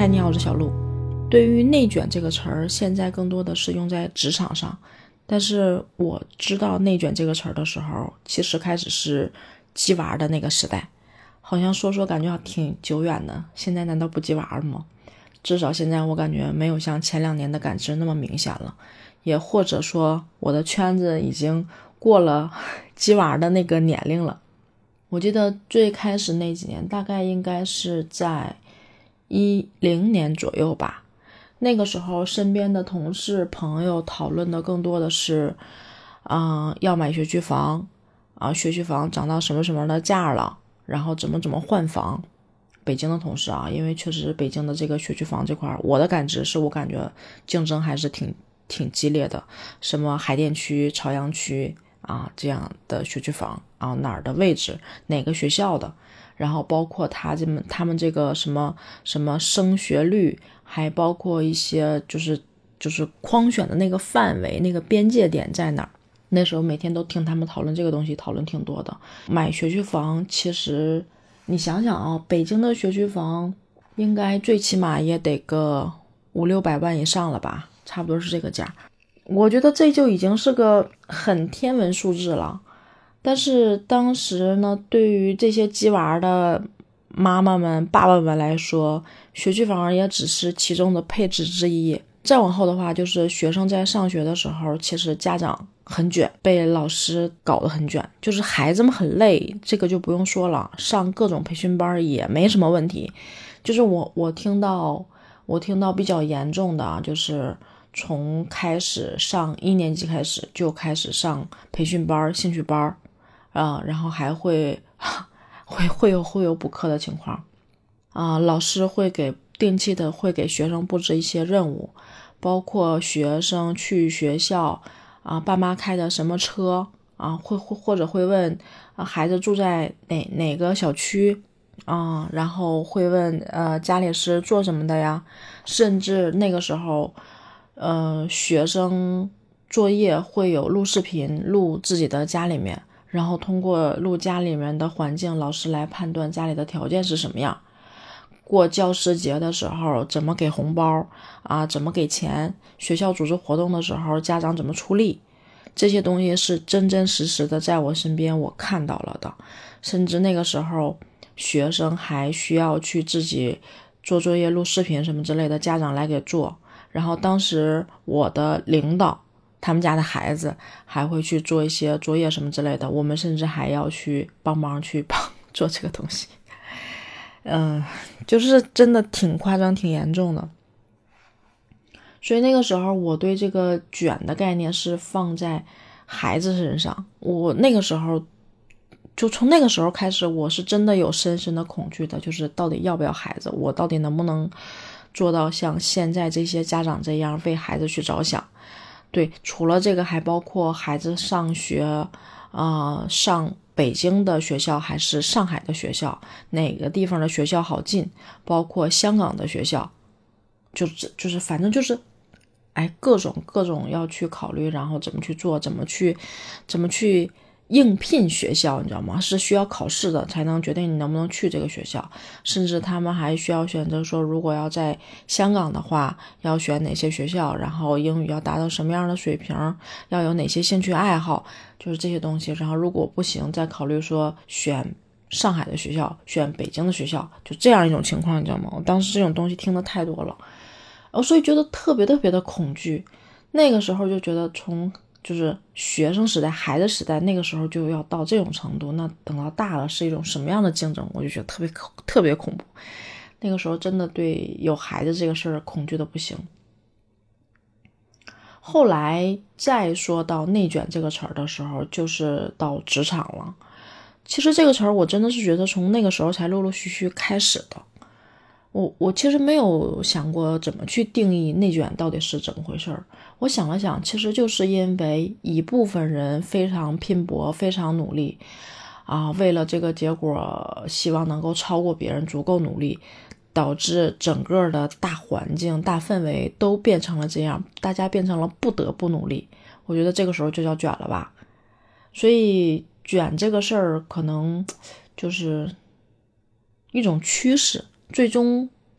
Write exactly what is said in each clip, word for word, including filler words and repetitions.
嗨，你好，我是小鹿。对于内卷这个词儿，现在更多的是用在职场上，但是我知道内卷这个词儿的时候，其实开始是鸡娃的那个时代，好像说说感觉挺久远的，现在难道不鸡娃了吗？至少现在我感觉没有像前两年的感知那么明显了，也或者说我的圈子已经过了鸡娃的那个年龄了。我记得最开始那几年大概应该是在一零年左右吧，那个时候身边的同事朋友讨论的更多的是嗯、呃，要买学区房啊，学区房涨到什么什么的价了，然后怎么怎么换房。北京的同事啊，因为确实北京的这个学区房这块，我的感知是我感觉竞争还是挺挺激烈的，什么海淀区、朝阳区啊这样的学区房啊，哪儿的位置，哪个学校的，然后包括他这么他们这个什么什么升学率，还包括一些就是就是框选的那个范围，那个边界点在哪儿。那时候每天都听他们讨论这个东西，讨论挺多的。买学区房其实你想想啊，北京的学区房应该最起码也得个五六百万以上了吧，差不多是这个价。我觉得这就已经是个很天文数字了。但是当时呢，对于这些鸡娃的妈妈们、爸爸们来说，学区房也只是其中的配置之一。再往后的话，就是学生在上学的时候，其实家长很卷，被老师搞得很卷，就是孩子们很累，这个就不用说了，上各种培训班也没什么问题。就是我我听到我听到比较严重的啊，就是从开始上一年级开始就开始上培训班、兴趣班啊，然后还会会会有会有补课的情况啊，老师会给定期的会给学生布置一些任务，包括学生去学校啊，爸妈开的什么车啊，会会或者会问啊，孩子住在哪哪个小区啊，然后会问呃家里是做什么的呀，甚至那个时候呃学生作业会有录视频，录自己的家里面，然后通过录家里面的环境，老师来判断家里的条件是什么样。过教师节的时候怎么给红包啊，怎么给钱，学校组织活动的时候家长怎么出力，这些东西是真真实实的在我身边我看到了的。甚至那个时候学生还需要去自己做作业、录视频什么之类的，家长来给做。然后当时我的领导他们家的孩子还会去做一些作业什么之类的，我们甚至还要去帮忙去帮做这个东西。嗯，就是真的挺夸张挺严重的。所以那个时候我对这个卷的概念是放在孩子身上，我那个时候就从那个时候开始，我是真的有深深的恐惧的，就是到底要不要孩子，我到底能不能做到像现在这些家长这样为孩子去着想。对，除了这个还包括孩子上学啊、呃，上北京的学校还是上海的学校，哪个地方的学校好进，包括香港的学校，就是就是反正就是哎各种各种要去考虑，然后怎么去做，怎么去怎么去应聘学校，你知道吗？是需要考试的才能决定你能不能去这个学校，甚至他们还需要选择说，如果要在香港的话要选哪些学校，然后英语要达到什么样的水平，要有哪些兴趣爱好，就是这些东西。然后如果不行再考虑说选上海的学校，选北京的学校，就这样一种情况，你知道吗？我当时这种东西听得太多了，所以觉得特别特别的恐惧。那个时候就觉得从就是学生时代、孩子时代，那个时候就要到这种程度，那等到大了是一种什么样的竞争，我就觉得特别特别恐怖。那个时候真的对有孩子这个事儿恐惧的不行。后来再说到内卷这个词儿的时候，就是到职场了。其实这个词儿我真的是觉得从那个时候才陆陆续续开始的。我我其实没有想过怎么去定义内卷到底是怎么回事儿。我想了想，其实就是因为一部分人非常拼搏、非常努力啊，为了这个结果，希望能够超过别人，足够努力，导致整个的大环境、大氛围都变成了这样，大家变成了不得不努力。我觉得这个时候就叫卷了吧。所以卷这个事儿可能就是一种趋势。最终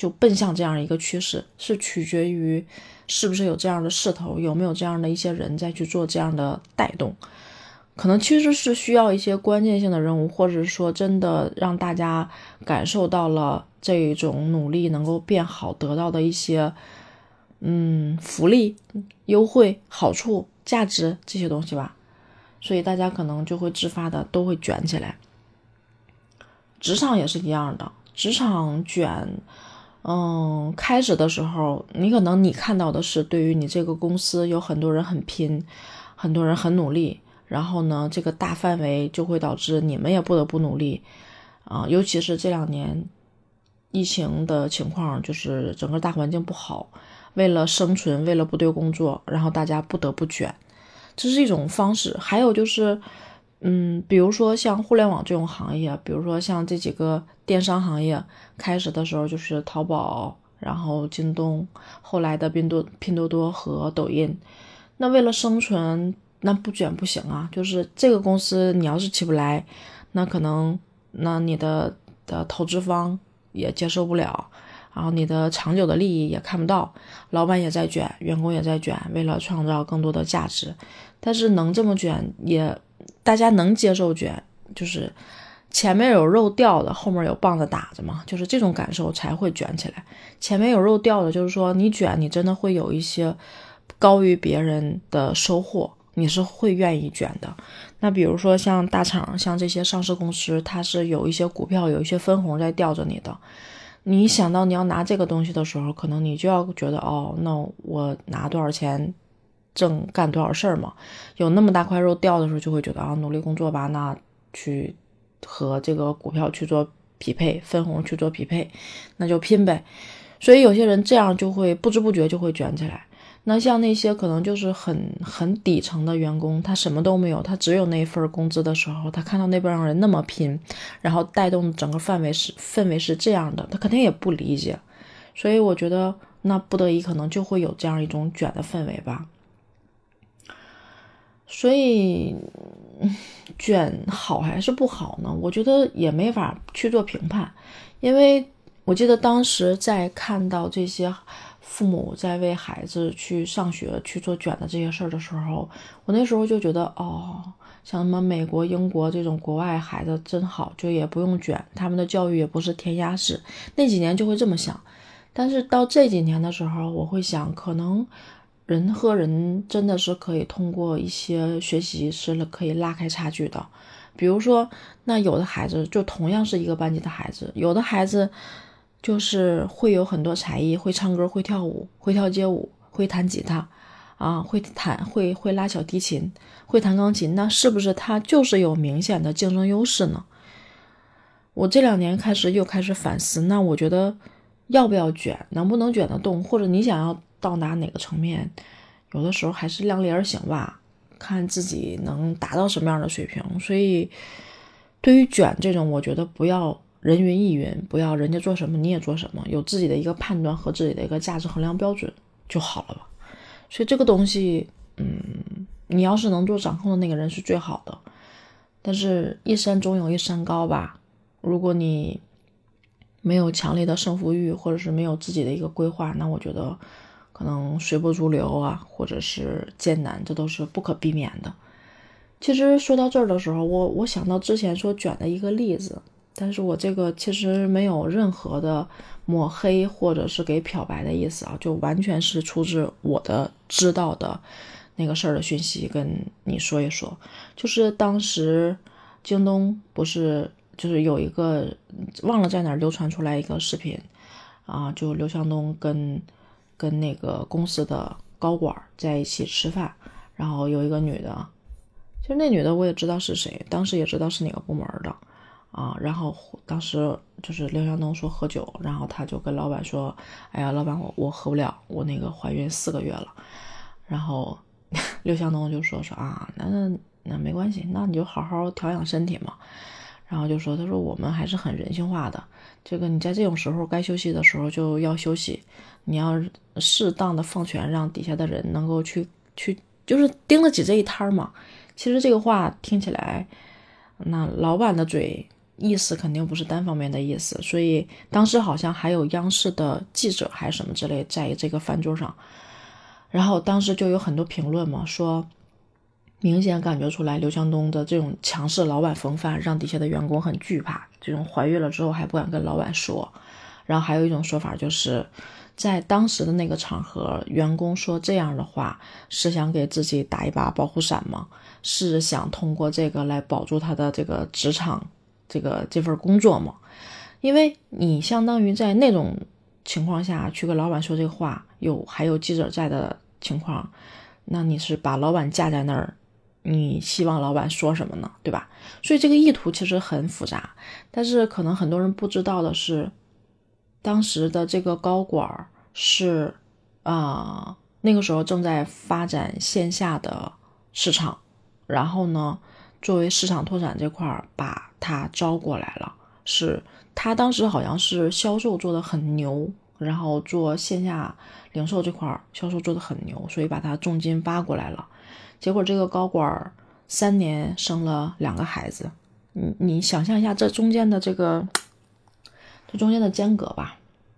就奔向这样一个趋势，是取决于是不是有这样的势头，有没有这样的一些人在去做这样的带动。可能其实是需要一些关键性的任务，或者是说真的让大家感受到了这种努力能够变好，得到的一些嗯福利、优惠、好处、价值这些东西吧，所以大家可能就会自发的都会卷起来。职场也是一样的，职场卷嗯，开始的时候你可能你看到的是对于你这个公司有很多人很拼，很多人很努力，然后呢这个大范围就会导致你们也不得不努力啊、呃，尤其是这两年疫情的情况，就是整个大环境不好，为了生存，为了不丢工作，然后大家不得不卷，这是一种方式。还有就是嗯，比如说像互联网这种行业，比如说像这几个电商行业，开始的时候就是淘宝，然后京东，后来的拼多拼多多和抖音。那为了生存，那不卷不行啊，就是这个公司你要是起不来，那可能那你的的投资方也接受不了，然后你的长久的利益也看不到，老板也在卷，员工也在卷，为了创造更多的价值。但是能这么卷，也大家能接受卷，就是前面有肉吊的，后面有棒子打着嘛，就是这种感受才会卷起来。前面有肉吊的，就是说你卷，你真的会有一些高于别人的收获，你是会愿意卷的。那比如说像大厂，像这些上市公司，它是有一些股票，有一些分红在吊着你的，你想到你要拿这个东西的时候，可能你就要觉得哦，那我拿多少钱挣干多少事儿嘛，有那么大块肉掉的时候，就会觉得啊，努力工作吧，那去和这个股票去做匹配，分红去做匹配，那就拼呗。所以有些人这样就会不知不觉就会卷起来。那像那些可能就是很很底层的员工，他什么都没有，他只有那份工资的时候，他看到那帮人那么拼，然后带动整个范围是氛围是这样的，他肯定也不理解。所以我觉得那不得已可能就会有这样一种卷的氛围吧。所以卷好还是不好呢？我觉得也没法去做评判，因为我记得当时在看到这些父母在为孩子去上学去做卷的这些事儿的时候，我那时候就觉得哦，像什么美国、英国这种国外孩子真好，就也不用卷，他们的教育也不是填鸭式，那几年就会这么想。但是到这几年的时候，我会想可能人和人真的是可以通过一些学习是可以拉开差距的。比如说那有的孩子就同样是一个班级的孩子，有的孩子就是会有很多才艺，会唱歌，会跳舞，会跳街舞，会弹吉他啊，会弹会会拉小提琴，会弹钢琴，那是不是他就是有明显的竞争优势呢？我这两年开始又开始反思，那我觉得要不要卷，能不能卷得动，或者你想要到达哪个层面，有的时候还是量力而行吧，看自己能达到什么样的水平。所以对于卷这种，我觉得不要人云亦云，不要人家做什么你也做什么，有自己的一个判断和自己的一个价值衡量标准就好了吧。所以这个东西嗯，你要是能做掌控的那个人是最好的，但是一山终有一山高吧，如果你没有强烈的胜负欲，或者是没有自己的一个规划，那我觉得可能随波逐流啊，或者是艰难，这都是不可避免的。其实说到这儿的时候，我我想到之前说卷的一个例子，但是我这个其实没有任何的抹黑或者是给漂白的意思啊，就完全是出自我的知道的那个事儿的讯息跟你说一说。就是当时京东不是就是有一个忘了在哪儿流传出来一个视频啊，就刘强东跟跟那个公司的高管在一起吃饭，然后有一个女的，其实那女的我也知道是谁，当时也知道是哪个部门的啊，然后当时就是刘强东说喝酒，然后他就跟老板说，哎呀老板我我喝不了，我那个怀孕四个月了，然后刘强东就说说啊那那那没关系，那你就好好调养身体嘛。然后就说他说我们还是很人性化的，这个你在这种时候该休息的时候就要休息，你要适当的放权，让底下的人能够去去就是盯得起这一摊嘛。其实这个话听起来那老板的嘴意思肯定不是单方面的意思，所以当时好像还有央视的记者还是什么之类在这个饭桌上，然后当时就有很多评论嘛，说明显感觉出来刘强东的这种强势老板风范让底下的员工很惧怕，这种怀孕了之后还不敢跟老板说。然后还有一种说法就是在当时的那个场合，员工说这样的话是想给自己打一把保护伞吗？是想通过这个来保住他的这个职场这个这份工作吗？因为你相当于在那种情况下去跟老板说这个话，有还有记者在的情况，那你是把老板架在那儿，你希望老板说什么呢？对吧？所以这个意图其实很复杂，但是可能很多人不知道的是，当时的这个高管是啊、呃，那个时候正在发展线下的市场，然后呢作为市场拓展这块把他招过来了，是他当时好像是销售做得很牛，然后做线下零售这块销售做得很牛，所以把他重金挖过来了。结果这个高管三年生了两个孩子，你你想象一下这中间的这个这中间的间隔吧，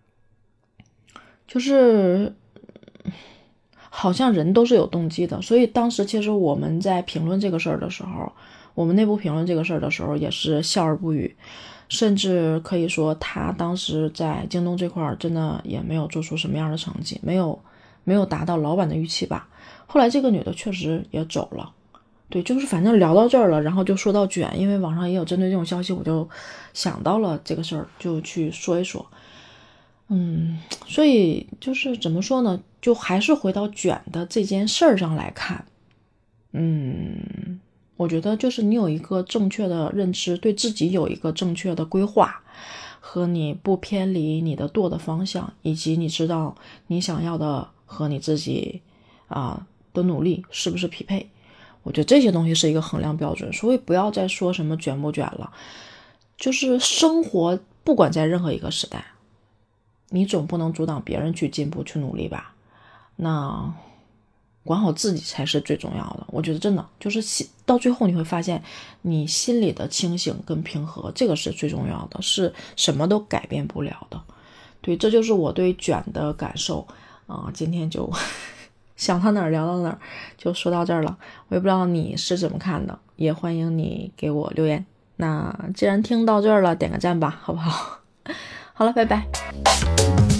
就是好像人都是有动机的。所以当时其实我们在评论这个事儿的时候，我们内部评论这个事儿的时候也是笑而不语，甚至可以说他当时在京东这块真的也没有做出什么样的成绩，没有没有达到老板的预期吧。后来这个女的确实也走了，对，就是反正聊到这儿了，然后就说到卷，因为网上也有针对这种消息，我就想到了这个事儿，就去说一说。嗯，所以就是怎么说呢，就还是回到卷的这件事儿上来看，嗯，我觉得就是你有一个正确的认知，对自己有一个正确的规划，和你不偏离你的舵的方向，以及你知道你想要的和你自己啊的努力是不是匹配，我觉得这些东西是一个衡量标准。所以不要再说什么卷不卷了，就是生活不管在任何一个时代，你总不能阻挡别人去进步去努力吧，那管好自己才是最重要的。我觉得真的就是到最后你会发现你心里的清醒跟平和，这个是最重要的，是什么都改变不了的。对，这就是我对卷的感受啊、呃，今天就想到哪儿聊到哪儿，就说到这儿了。我也不知道你是怎么看的，也欢迎你给我留言。那既然听到这儿了，点个赞吧，好不好？好了，拜拜。